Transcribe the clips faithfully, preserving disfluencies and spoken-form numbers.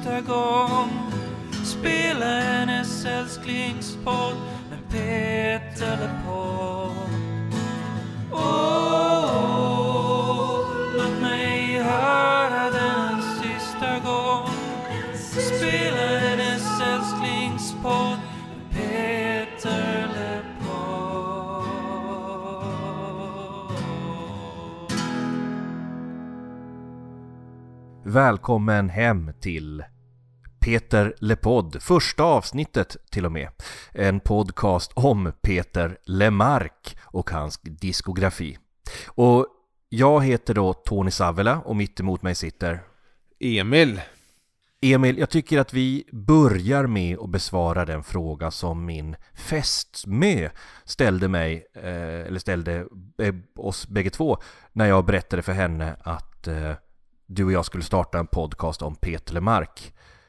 sista gång. Spela hennes älsklingspodd med Peter LePod. Åh, oh, låt mig höra den sista gång. Spela hennes älsklingspodd med Peter LePod. Välkommen hem till Peter LePod, första avsnittet till och med. En podcast om Peter LeMarc och hans diskografi. Och jag heter då Tony Savela och mitt emot mig sitter Emil. Emil, jag tycker att vi börjar med att besvara den fråga som min fästmö ställde mig, eh, eller ställde eh, oss bägge två när jag berättade för henne att eh, du och jag skulle starta en podcast om Peter LeMarc.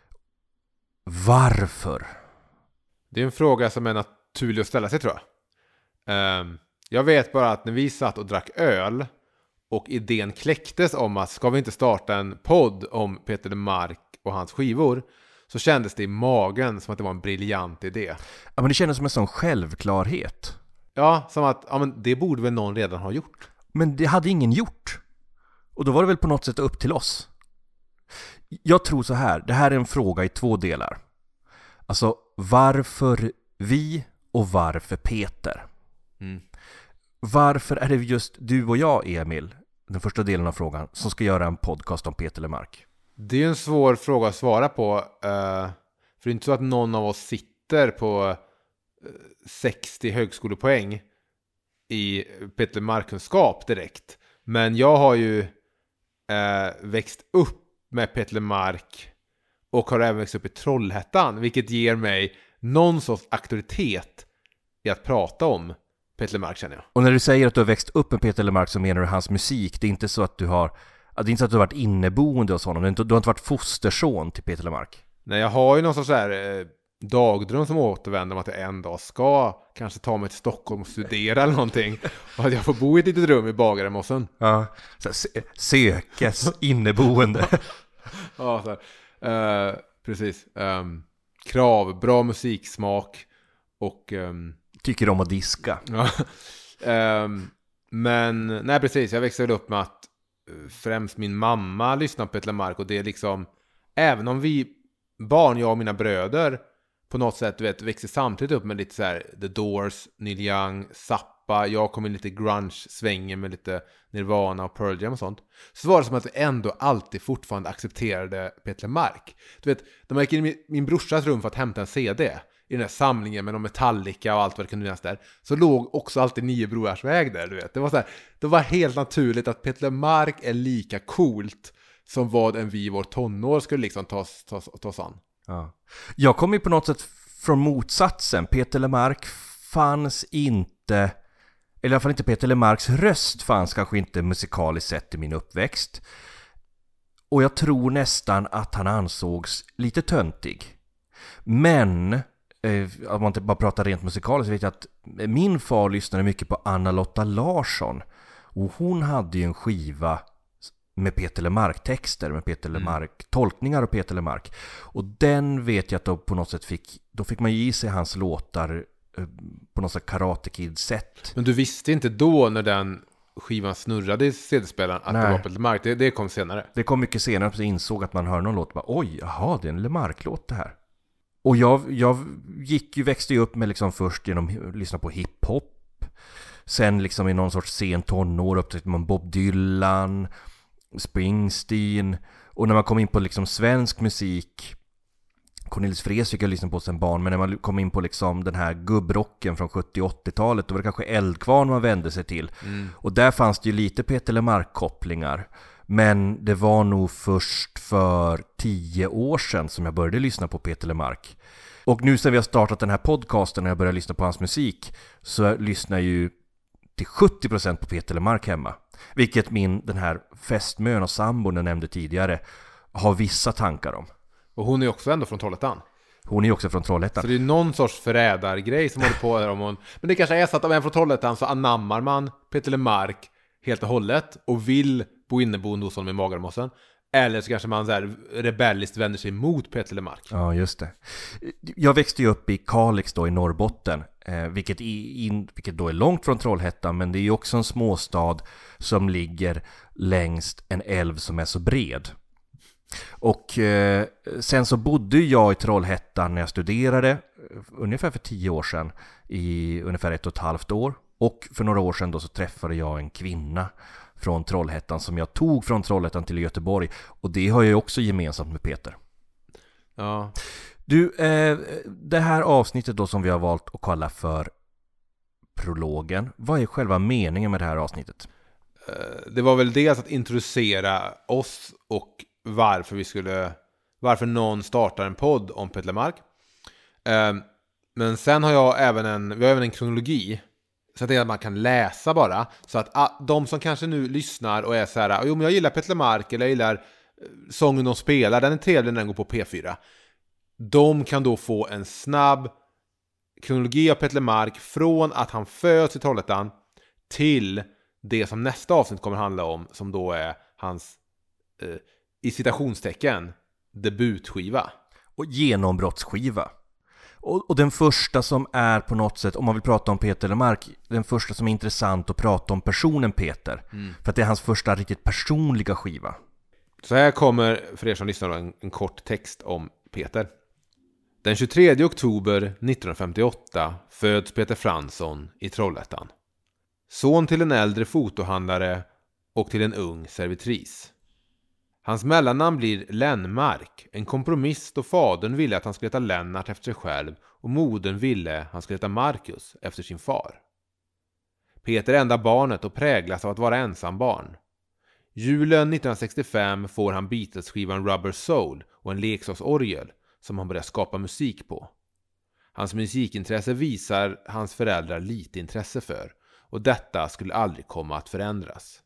Varför? Det är en fråga som är naturlig att ställa sig, tror jag. Um, jag vet bara att när vi satt och drack öl och idén kläcktes om att ska vi inte starta en podd om Peter LeMarc och hans skivor, så kändes det i magen som att det var en briljant idé. Ja, men det kändes som en sån självklarhet. Ja, som att ja, men det borde väl någon redan ha gjort. Men det hade ingen gjort. Och då var det väl på något sätt upp till oss. Jag tror så här, det här är en fråga i två delar. Alltså, varför vi och varför Peter? Mm. Varför är det just du och jag, Emil, den första delen av frågan, som ska göra en podcast om Peter LeMarc? Det är en svår fråga att svara på. Uh, för det är inte så att någon av oss sitter på uh, sextio högskolepoäng i Peter LeMarc-kunskap direkt. Men jag har ju uh, växt upp med Peter LeMarc och har även växt upp i Trollhättan, vilket ger mig någon sorts auktoritet i att prata om Peter LeMarc, känner jag. Och när du säger att du har växt upp med Peter LeMarc så menar du hans musik. Det är inte så att du har, det är inte så att du har varit inneboende hos honom. Du har inte, du har inte varit fosterson till Peter LeMarc. Nej, jag har ju någon sorts så här eh, dagdröm som återvänder om att jag en dag ska kanske ta mig till Stockholm och studera eller någonting. Och att jag får bo i ett litet rum i Bagarmossen. Ja, så här, sökes inneboende. Ja, så här. Uh, precis. Um, krav, bra musiksmak och... Um, tycker om att diska. Ja. um, men, nej precis, jag växte upp med att främst min mamma lyssnar på Peter LeMarc, och det är liksom, även om vi barn, jag och mina bröder på något sätt, du vet, växte samtidigt upp med lite så här The Doors, Neil Young, Zappa, jag kom in lite grunge-svängen med lite Nirvana och Pearl Jam och sånt, så var det som att vi ändå alltid fortfarande accepterade Peter LeMarc. Du vet, de gick in i min brorsas rum för att hämta en C D i den här samlingen med de Metallica och allt vad det kunde finnas där, så låg också alltid Nio Broars väg där, du vet. Det var så här, det var helt naturligt att Peter LeMarc är lika coolt som vad en vi i vår tonår skulle liksom ta oss an. Ja. Jag kom ju på något sätt från motsatsen. Peter LeMarc fanns inte, eller i alla fall inte Peter LeMarcs röst fanns kanske inte musikaliskt sett i min uppväxt. Och jag tror nästan att han ansågs lite töntig. Men om man inte bara pratar rent musikaliskt, så vet jag att min far lyssnade mycket på Anna-Lotta Larsson. Och hon hade ju en skiva med Peter LeMarc-texter, med Peter LeMarc, mm. tolkningar av Peter LeMarc. Och den vet jag att då på något sätt fick, då fick man ge sig hans låtar på något sätt Karate Kid-sätt. Men du visste inte då när den skivan snurrade i C D-spelaren att Nej. det var Peter LeMarc? Det, det kom senare. Det kom mycket senare, så jag insåg att man hör någon låt och bara, oj, jaha, det är en LeMarc-låt det här. Och jag, jag gick ju, växte ju upp med liksom först genom att lyssna på hiphop. Sen liksom i någon sorts sen tonår upptäckte man Bob Dylan, Springsteen. Och när man kom in på liksom svensk musik, Cornelis Vrees fick jag lyssna på sen barn. Men när man kom in på liksom den här gubbrocken från sjuttio- och åttiotalet, då var det kanske Eldkvarn man vände sig till. Mm. Och där fanns det ju lite Peter LeMarc-kopplingar. Men det var nog först för tio år sedan som jag började lyssna på Peter LeMarc. Och nu sen vi har startat den här podcasten och jag började lyssna på hans musik, så lyssnar jag ju till sjuttio procent på Peter LeMarc hemma. Vilket min, den här fästmön och sambon jag nämnde tidigare, har vissa tankar om. Och hon är också ändå från Trollhättan. Hon är också från Trollhättan. Så det är någon sorts förrädargrej som håller på där om hon... Men det kanske är så att om en från Trollhättan så anammar man Peter LeMarc helt och hållet och vill bo inneboende hos honom i Magarmossen. Eller så kanske man så här rebelliskt vänder sig mot Peter Lemark. Ja, just det. Jag växte ju upp i Kalix då i Norrbotten, eh, vilket, i, in, vilket då är långt från Trollhättan, men det är ju också en småstad som ligger längs en älv som är så bred. Och eh, sen så bodde jag i Trollhättan när jag studerade, ungefär för tio år sedan, i ungefär ett och ett halvt år. Och för några år sedan då så träffade jag en kvinna från Trollhättan som jag tog från Trollhättan till Göteborg. Och det har jag också gemensamt med Peter. Ja. Du, eh, det här avsnittet då som vi har valt att kalla för prologen. Vad är själva meningen med det här avsnittet? Det var väl dels att introducera oss och varför vi skulle, varför någon startar en podd om Peter Lemark. Men sen har jag även en, vi har även en kronologi. Så att det är att man kan läsa bara. Så att ah, de som kanske nu lyssnar och är så här, jo men jag gillar Peter Lemark eller jag gillar sången de spelar, den är trevlig när den går på P fyra. De kan då få en snabb kronologi av Peter Lemark från att han föds i Trollhättan till det som nästa avsnitt kommer handla om, som då är hans eh, i citationstecken debutskiva. Och genombrottsskiva. Och, och den första som är på något sätt, om man vill prata om Peter Lemark, den första som är intressant att prata om personen Peter. Mm. För att det är hans första riktigt personliga skiva. Så här kommer, för er som lyssnar, en, en kort text om Peter. Den tjugotredje oktober nittonhundrafemtioåtta föds Peter Fransson i Trollhättan. Son till en äldre fotohandlare och till en ung servitris. Hans mellannamn blir Lennmark, en kompromiss då fadern ville att han skulle heta Lennart efter sig själv och modern ville han skulle heta Marcus efter sin far. Peter är enda barnet och präglas av att vara ensam barn. Julen nittonhundrasextiofem får han Beatles-skivan Rubber Soul och en leksaksorgel som han börjar skapa musik på. Hans musikintresse visar hans föräldrar lite intresse för, och detta skulle aldrig komma att förändras.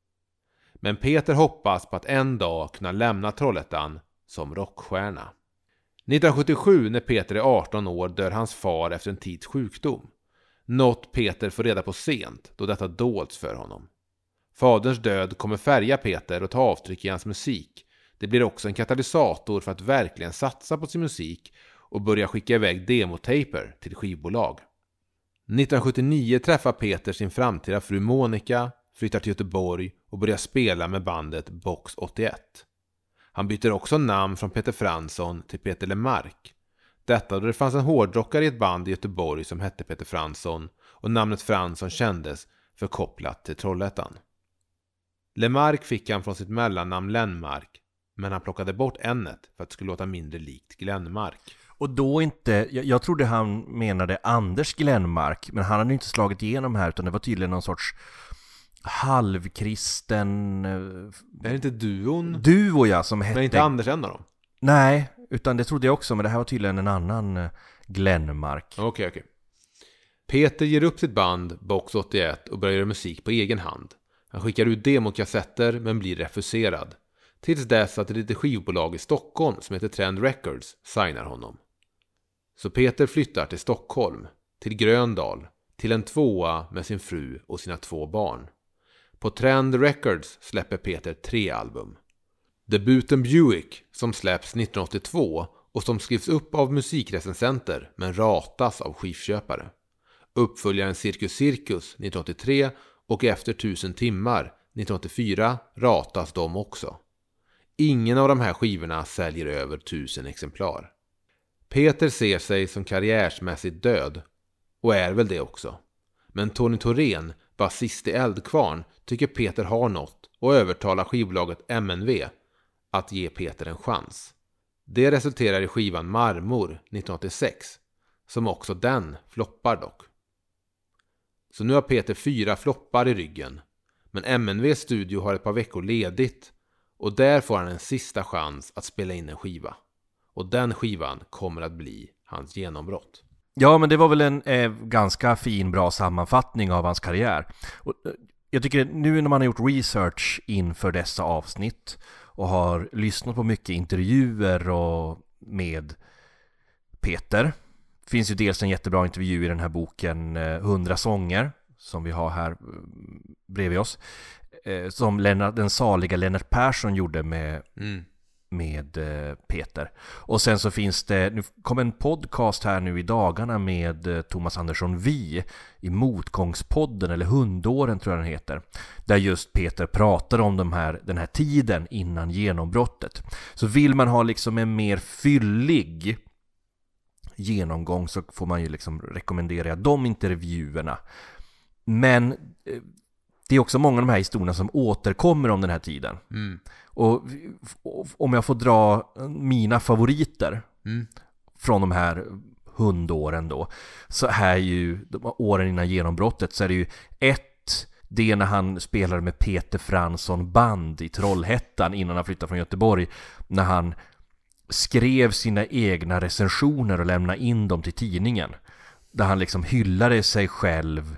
Men Peter hoppas på att en dag kunna lämna Trollhättan som rockstjärna. nittonhundrasjuttiosju, när Peter är arton år, dör hans far efter en tids sjukdom. Något Peter får reda på sent, då detta dolts för honom. Faderns död kommer färga Peter och ta avtryck i hans musik. Det blir också en katalysator för att verkligen satsa på sin musik och börja skicka iväg demotaper till skivbolag. nittonhundrasjuttionio träffar Peter sin framtida fru Monica, flyttar till Göteborg och börjar spela med bandet Box åttioett. Han byter också namn från Peter Fransson till Peter Lemark. Detta då det fanns en hårdrockare i ett band i Göteborg som hette Peter Fransson och namnet Fransson kändes förkopplat till Trollhättan. Lemark fick han från sitt mellannamn Lennmark, men han plockade bort n-et för att det skulle låta mindre likt Glenmark. Och då inte, jag, jag trodde han menade Anders Glenmark, men han hade inte slagit igenom här, utan det var tydligen någon sorts halvkristen... Är det inte duon? Duo, ja, som hette... Men inte Anders en av dem? Nej, utan det trodde jag också, men det här var tydligen en annan Glenmark. Okej, okay, okej. Okay. Peter ger upp sitt band Box åttioett och börjar göra musik på egen hand. Han skickar ut demokassetter men blir refuserad. Tills dess att ett litet skivbolag i Stockholm som heter Trend Records signar honom. Så Peter flyttar till Stockholm, till Gröndal, till en tvåa med sin fru och sina två barn. På Trend Records släpper Peter tre album. Debuten Buick, som släpps nittonhundraåttiotvå och som skrivs upp av musikrecensenter men ratas av skivköpare. Uppföljaren Cirkus Cirkus nittonhundraåttiotre och Efter tusen timmar nittonhundraåttiofyra ratas de också. Ingen av de här skivorna säljer över tusen exemplar. Peter ser sig som karriärsmässigt död, och är väl det också. Men Tony Thorén, basist i Eldkvarn, tycker Peter har något och övertalar skivbolaget M N V att ge Peter en chans. Det resulterar i skivan Marmor nittonhundraåttiosex, som också den floppar dock. Så nu har Peter fyra floppar i ryggen, men M N V:s studio har ett par veckor ledigt och där får han en sista chans att spela in en skiva. Och den skivan kommer att bli hans genombrott. Ja, men det var väl en eh, ganska fin, bra sammanfattning av hans karriär. Och, eh, jag tycker nu när man har gjort research inför dessa avsnitt och har lyssnat på mycket intervjuer och med Peter. Det finns ju dels en jättebra intervju i den här boken eh, hundra sånger som vi har här eh, bredvid oss. eh, som Lennart, den saliga Lennart Persson gjorde med, Mm. med eh, Peter. Och sen så finns det, nu kom en podcast här nu i dagarna med eh, Thomas Andersson Vi i Motgångspodden, eller Hundåren tror jag den heter, där just Peter pratar om de här, den här tiden innan genombrottet. Så vill man ha liksom en mer fyllig genomgång så får man ju liksom rekommendera de intervjuerna. Men eh, det är också många av de här historierna som återkommer om den här tiden. Mm. Och, och om jag får dra mina favoriter Mm. från de här hundåren då, så är ju de åren innan genombrottet, så är det ju ett, det när han spelade med Peter Fransson band i Trollhättan innan han flyttade från Göteborg, när han skrev sina egna recensioner och lämnade in dem till tidningen, där han liksom hyllade sig själv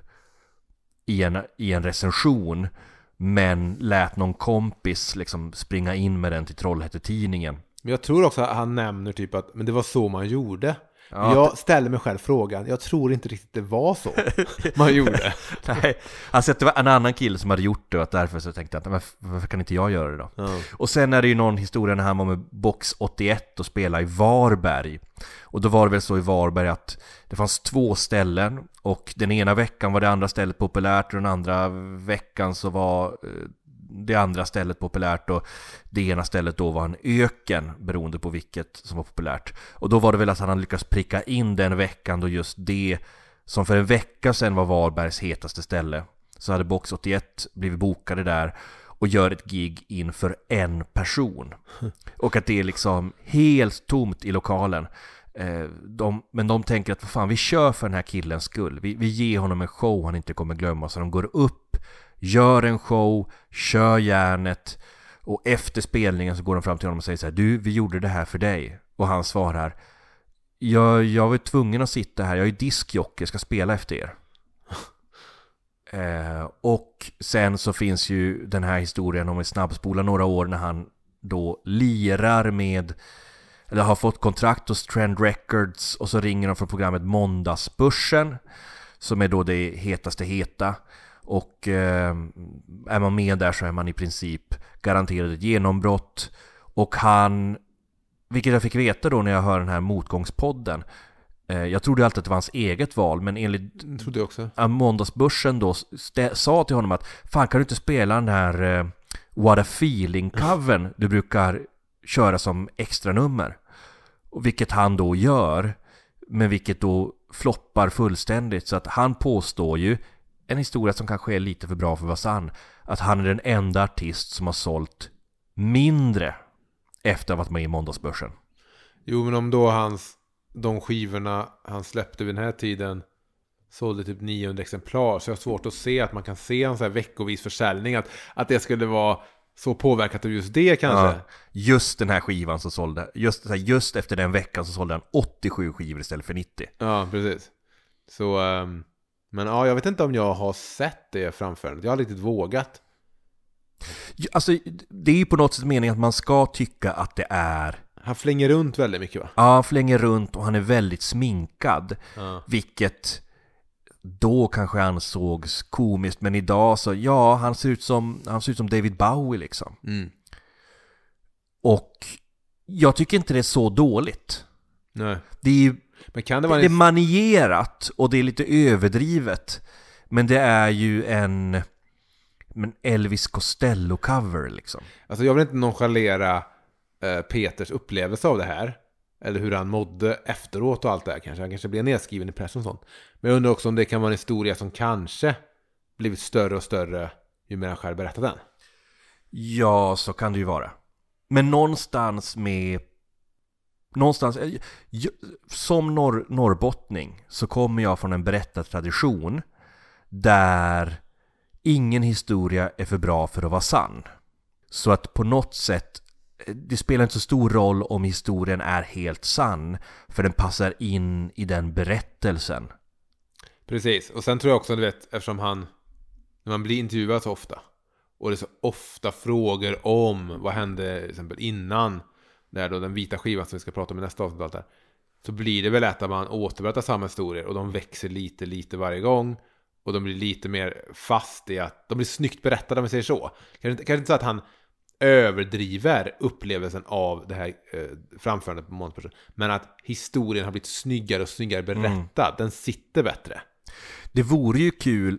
i en, i en recension, men lät någon kompis liksom springa in med den till Trollhättetidningen. Men jag tror också att han nämner typ att men det var så man gjorde. Ja, Jag ställer mig själv frågan, jag tror inte riktigt det var så man gjorde. Nej, alltså att det var en annan kille som hade gjort det, och att därför så tänkte jag, varför, varför kan inte jag göra det då? Ja. Och sen är det ju någon historia när han var med Box åttioett och spelade i Varberg. Och då var det väl så i Varberg att det fanns två ställen, och den ena veckan var det andra stället populärt, och den andra veckan så var eh, det andra stället populärt, och det ena stället då var en öken, beroende på vilket som var populärt. Och då var det väl att han hade lyckats pricka in den veckan då just det som för en vecka sedan var Varbergs hetaste ställe, så hade Box åttioett blivit bokade där och gör ett gig inför en person. Och att det är liksom helt tomt i lokalen. Eh, de, men de tänker att vad fan, vi kör för den här killens skull. Vi, vi ger honom en show han inte kommer glömma. Så de går upp, gör en show, kör järnet, och efter spelningen så går de fram till honom och säger så här: du, vi gjorde det här för dig. Och han svarar: jag, jag var tvungen att sitta här, jag är diskjockey, jag ska spela efter er. Eh, och sen så finns ju den här historien om att snabbspola några år, när han då lirar med, eller har fått kontrakt hos Trend Records, och så ringer de från programmet Måndagsbörsen, som är då det hetaste heta, och eh, är man med där så är man i princip garanterad ett genombrott. Och han, vilket jag fick veta då när jag hör den här Motgångspodden, eh, jag trodde alltid att det var hans eget val, men enligt Jag trodde jag också. äh, Måndagsbörsen då st- sa till honom att fan, kan du inte spela den här eh, What a Feeling-covern du brukar köra som extra nummer? Och vilket han då gör, men vilket då floppar fullständigt. Så att han påstår ju, en historia som kanske är lite för bra för att vara sann, att han är den enda artist som har sålt mindre efter att ha varit med i Måndagsbörsen. Jo, men om då hans, de skivorna han släppte vid den här tiden sålde typ niohundra exemplar, så jag har svårt att se att man kan se en så här veckovis försäljning, att, att det skulle vara så påverkat av just det kanske. Ja, just den här skivan så sålde, just, just efter den veckan så sålde han åttiosju skivor istället för nittio. Ja, precis. Så, um, men ja, jag vet inte om jag har sett det framför. Jag har riktigt vågat. Alltså, det är ju på något sätt meningen att man ska tycka att det är... Han flänger runt väldigt mycket, va? Ja, han flänger runt och han är väldigt sminkad. Ja. Vilket då kanske ansågs komiskt, men idag så, ja, han ser ut som, han ser ut som David Bowie liksom. Mm. Och jag tycker inte det är så dåligt. Nej. Det är ju Men kan det vara det är en... manierat och det är lite överdrivet. Men det är ju en, en Elvis Costello-cover liksom. Alltså jag vill inte nonchalera eh, Peters upplevelse av det här. Eller hur han mådde efteråt och allt det här kanske. Han kanske blev nedskriven i pressen och sånt. Men jag undrar också om det kan vara en historia som kanske blivit större och större ju mer han själv berättat den. Ja, så kan det ju vara. Men någonstans med... Någonstans... Som norr, norrbottning så kommer jag från en berättartradition där ingen historia är för bra för att vara sann. Så att på något sätt, det spelar inte så stor roll om historien är helt sann, för den passar in i den berättelsen. Precis, och sen tror jag också, du vet, eftersom han, när man blir intervjuad så ofta och det är så ofta frågor om vad hände till exempel innan, där då den vita skivan som vi ska prata om i nästa avsnitt och allt där, så blir det väl lätt att man återberättar samma historier och de växer lite lite varje gång, och de blir lite mer fast i att de blir snyggt berättade, om vi säger så. Kanske inte, kanske inte så att han överdriver upplevelsen av det här eh, framförandet på Måns person, men att historien har blivit snyggare och snyggare berättad. Mm. Den sitter bättre. Det vore ju kul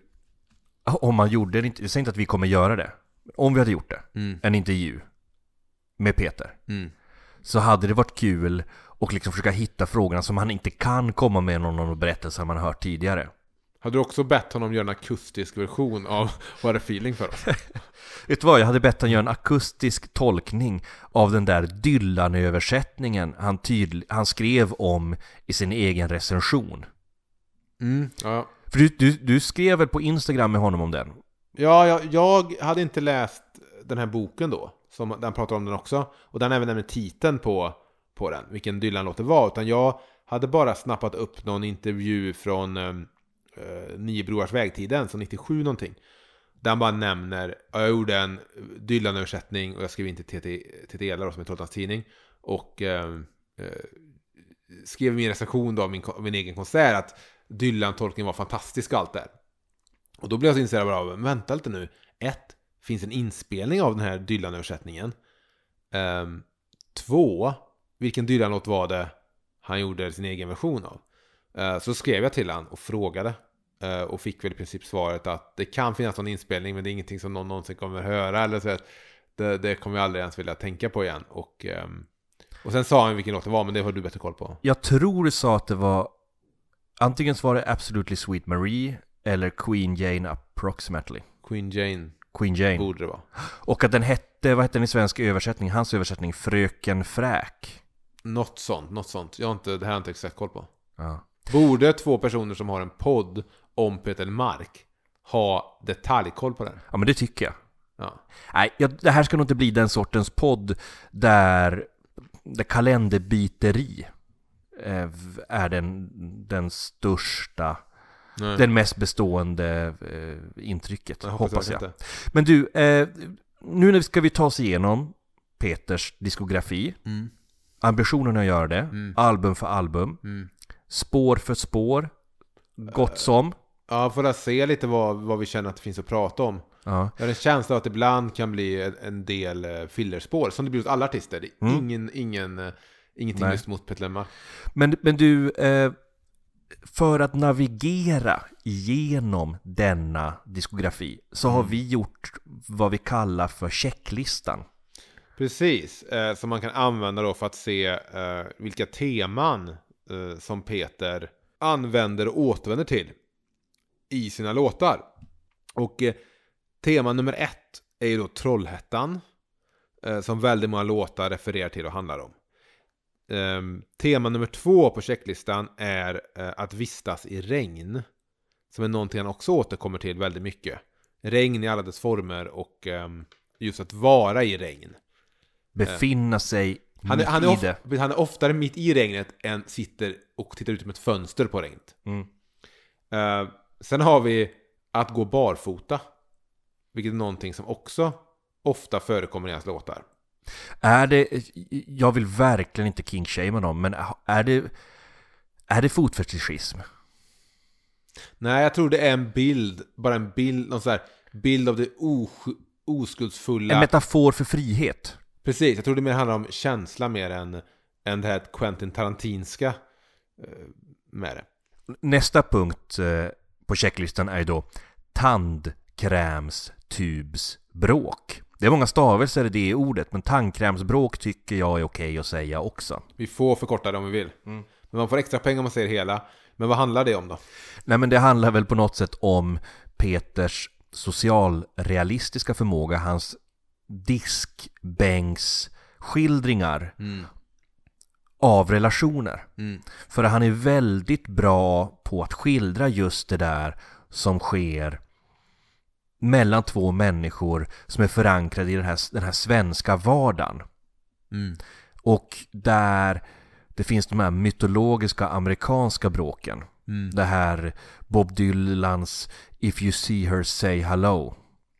om man gjorde det. Jag säger inte att vi kommer göra det. Om vi hade gjort det, mm. en intervju med Peter, mm. så hade det varit kul att liksom försöka hitta frågorna som han inte kan komma med någon berättelse man har hört tidigare. Hade du också bett honom göra en akustisk version av What a feeling för oss? Vet du vad, jag hade bett honom göra en akustisk tolkning av den där Dylan-översättningen han, tydl- han skrev om i sin egen recension. Mm, ja. För du, du, du skrev väl på Instagram med honom om den? Ja, jag, jag hade inte läst den här boken då, som den pratar om den också. Och den även nämner titeln på, på den, vilken Dylan-låt det var. Utan jag hade bara snappat upp någon intervju från um, uh, Nio Broars vägtiden, som nittiosju någonting. Där han bara nämner, jag gjorde en Dylan-översättning och jag skrev in till T T L som är Trolltans tidning. Och uh, uh, skrev min recension då av min, min egen konsert att Dylan-tolkningen var fantastisk, allt där. Och då blev jag så intresserad av, men vänta lite nu. Ett, finns en inspelning av den här Dylan-översättningen. Um, två, vilken Dylan-låt var det han gjorde sin egen version av? Uh, så skrev jag till han och frågade. Uh, och fick väl i princip svaret att det kan finnas någon inspelning, men det är ingenting som någon någonsin kommer höra. Eller så att det, det kommer jag aldrig ens vilja tänka på igen. Och, um, och sen sa han vilken låt det var, men det har du bättre koll på. Jag tror du sa att det var antingen så var det Absolutely Sweet Marie eller Queen Jane Approximately. Queen Jane. Queen Jane. Borde det vara. Och att den hette, vad hette den i svensk översättning? Hans översättning, Fröken Fräk. Något sånt, något sånt. Jag har inte, det här har jag inte exakt koll på. Ja. Borde två personer som har en podd om Peter Mark ha detaljkoll på den? Ja, men det tycker jag. Ja. Nej, jag, det här ska nog inte bli den sortens podd där, där kalenderbiteri eh, är den, den största... Nej. Den mest bestående eh, intrycket, jag hoppas, hoppas jag. Inte. Men du, eh, nu ska vi ta oss igenom Peters diskografi. Mm. Ambitionen att göra det. Mm. Album för album. Mm. Spår för spår. Gott uh, som. Ja, för att se lite vad, vad vi känner att det finns att prata om. Ja. Jag har en känsla att det ibland kan bli en, en del uh, fillerspår. Som det blir hos alla artister. Mm. Ingen, ingen, uh, ingenting Nej. Just mot Peter Mark. Men, men du... Eh, för att navigera igenom denna diskografi så har mm. vi gjort vad vi kallar för checklistan. Precis, eh, som man kan använda då för att se eh, vilka teman eh, som Peter använder och återvänder till i sina låtar. Och eh, tema nummer ett är ju då Trollhättan, eh, som väldigt många låtar refererar till och handlar om. Um, tema nummer två på checklistan är uh, att vistas i regn, som är någonting han också återkommer till väldigt mycket. Regn i alla dess former och um, just att vara i regn. Befinna uh, sig han är, mitt han är i det. Of, han är oftare mitt i regnet än sitter och tittar ut genom ett fönster på regnet. Mm. Uh, sen har vi att gå barfota, vilket är någonting som också ofta förekommer i hans låtar. Är det, jag vill verkligen inte king-shama dem, men är det, är det fotfetischism? Nej, jag tror det är en bild, bara en bild, någon sån här bild av det os- oskuldsfulla. En metafor för frihet. Precis, jag tror det mer handlar om känsla mer än, än det här Quentin Tarantinska eh, med det. Nästa punkt eh, på checklistan är ju då tandkrämstubsbråk. Det är många stavelser i det ordet, men tandkrämsbråk tycker jag är okej att säga också. Vi får förkorta det om vi vill. Mm. Men man får extra pengar om man säger hela. Men vad handlar det om då? Nej, men det handlar väl på något sätt om Peters socialrealistiska förmåga, hans diskbänksskildringar mm. av relationer. Mm. För han är väldigt bra på att skildra just det där som sker mellan två människor som är förankrade i den här, den här svenska vardagen. Mm. Och där det finns de här mytologiska amerikanska bråken. Mm. Det här Bob Dylans If You See Her Say Hello.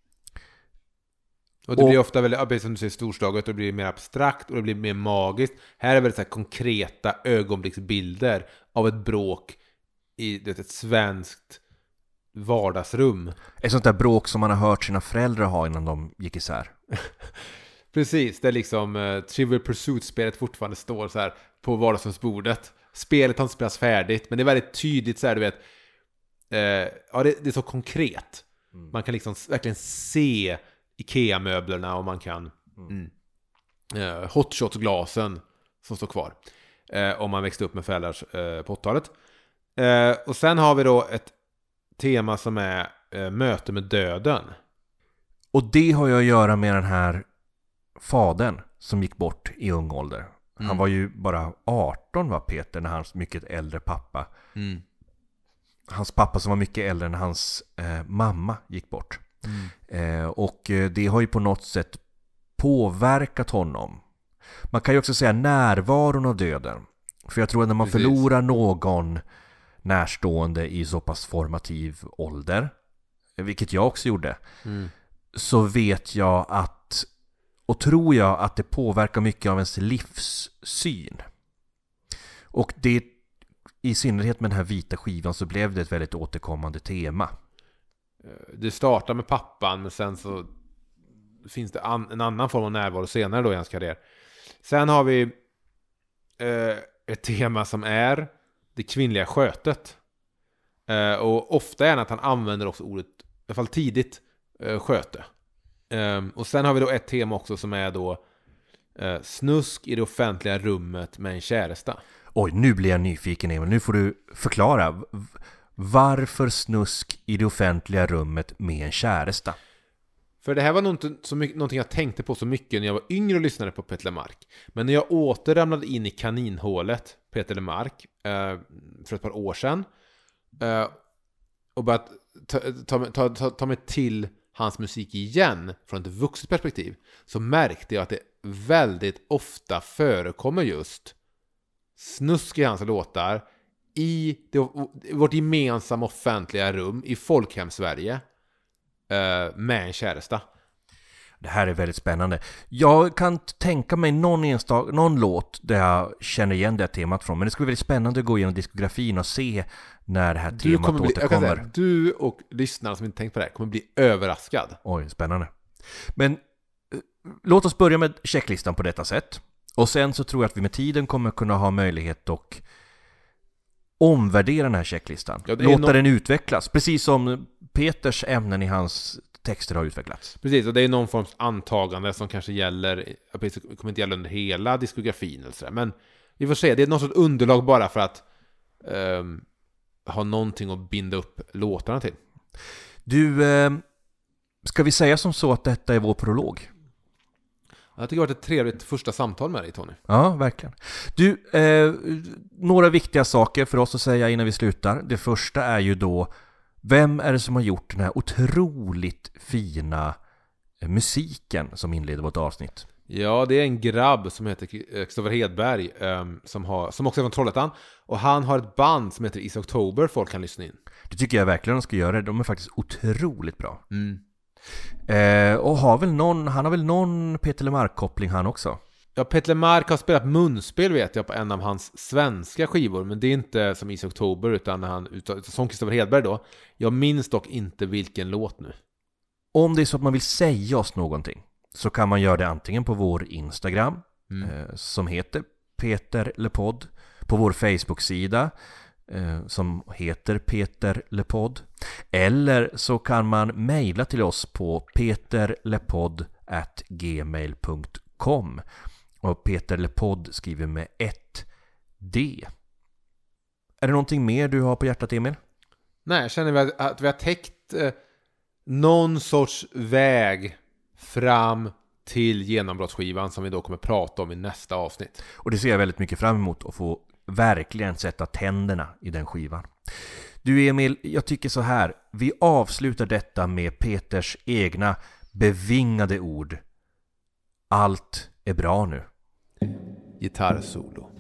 Och det och, blir ofta väldigt, som du säger, storslaget, och det blir mer abstrakt och det blir mer magiskt. Här är väldigt så här konkreta ögonblicksbilder av ett bråk i det, ett svenskt vardagsrum. Ett sånt där bråk som man har hört sina föräldrar ha innan de gick isär. Precis, det är liksom uh, Trivial Pursuit-spelet fortfarande står så här på vardagsrumsbordet. Spelet har inte spelats färdigt, men det är väldigt tydligt så här, du vet. Uh, ja, det, det är så konkret. Mm. Man kan liksom verkligen se Ikea-möblerna och man kan mm. uh, hotshots-glasen som står kvar. Uh, om man växte upp med föräldrar uh, på åttiotalet. Uh, och sen har vi då ett tema som är uh, möte med döden. Och det har ju att göra med den här fadern som gick bort i ung ålder. Han mm. var ju bara arton var Peter när hans mycket äldre pappa. Mm. Hans pappa som var mycket äldre än hans eh, mamma gick bort. Mm. Eh, och eh, det har ju på något sätt påverkat honom. Man kan ju också säga närvaron av döden. För jag tror att när man Precis. förlorar någon närstående i så pass formativ ålder, vilket jag också gjorde, mm. så vet jag att, och tror jag att det påverkar mycket av ens livssyn. Och det, i synnerhet med den här vita skivan, så blev det ett väldigt återkommande tema. Det startar med pappan, men sen så finns det an, en annan form av närvaro senare då i hans karriär. Sen har vi eh, ett tema som är det kvinnliga skötet. Eh, och ofta är det att han använder också ordet, i alla fall tidigt, eh, sköte. Eh, och sen har vi då ett tema också som är då eh, snusk i det offentliga rummet med en käresta. Oj, nu blir jag nyfiken, Emil. Nu får du förklara. Varför snusk i det offentliga rummet med en käresta? För det här var något, så mycket, någonting jag tänkte på så mycket när jag var yngre och lyssnade på Peter Lemark. Men när jag återramlade in i kaninhålet Peter Lemark eh, för ett par år sedan eh, och började ta, ta, ta, ta, ta mig till hans musik igen från ett vuxet perspektiv, så märkte jag att det väldigt ofta förekommer just snusk i hans låtar i, det, i vårt gemensamma offentliga rum i Folkhem-Sverige eh, med en käresta. Det här är väldigt spännande. Jag kan tänka mig någon, enstaka, någon låt där jag känner igen det här temat från, men det skulle vara väldigt spännande att gå igenom diskografin och se när det här du temat bli, återkommer. Säga, du och lyssnarna som inte tänkt på det här kommer bli överraskad. Oj, spännande. Men låt oss börja med checklistan på detta sätt. Och sen så tror jag att vi med tiden kommer kunna ha möjlighet att omvärdera den här checklistan. Ja, Låta någon... den utvecklas. Precis som Peters ämnen i hans texter har utvecklats. Precis, och det är någon form av antagande som kanske gäller, kommer inte gälla under hela diskografin eller så där. Men vi får se, det är något sorts underlag bara för att um, ha någonting att binda upp låtarna till. Du, eh, ska vi säga som så att detta är vår prolog? Jag tycker det har varit ett trevligt första samtal med dig, Tony. Ja, verkligen. Du, eh, några viktiga saker för oss att säga innan vi slutar. Det första är ju då, vem är det som har gjort den här otroligt fina musiken som inleder vårt avsnitt? Ja, det är en grabb som heter Kristoffer Hedberg eh, som, har, som också är från Trollhättan. Och han har ett band som heter Is October, folk kan lyssna in. Det tycker jag verkligen de ska göra. De är faktiskt otroligt bra. Mm. Eh, och har väl någon, han har väl någon Peter Lemark-koppling han också? Ja, Peter Lemark har spelat munspel vet jag på en av hans svenska skivor, men det är inte som Is October utan han utan, som Kristoffer Hedberg då. Jag minns dock inte vilken låt nu. Om det är så att man vill säga oss någonting så kan man göra det antingen på vår Instagram mm. eh, som heter Peter Lepodd, på vår Facebook-sida eh, som heter Peter Lepodd, eller så kan man mejla till oss på peterlepodd at gmail punkt com, och Peter Lepodd skriver med ett D. Är det någonting mer du har på hjärtat, Emil? Nej, jag känner att vi har täckt eh, någon sorts väg fram till genombrottsskivan som vi då kommer prata om i nästa avsnitt. Och det ser jag väldigt mycket fram emot, att få verkligen sätta tänderna i den skivan. Du Emil, jag tycker så här. Vi avslutar detta med Peters egna bevingade ord. Allt är bra nu. Gitarrsolo.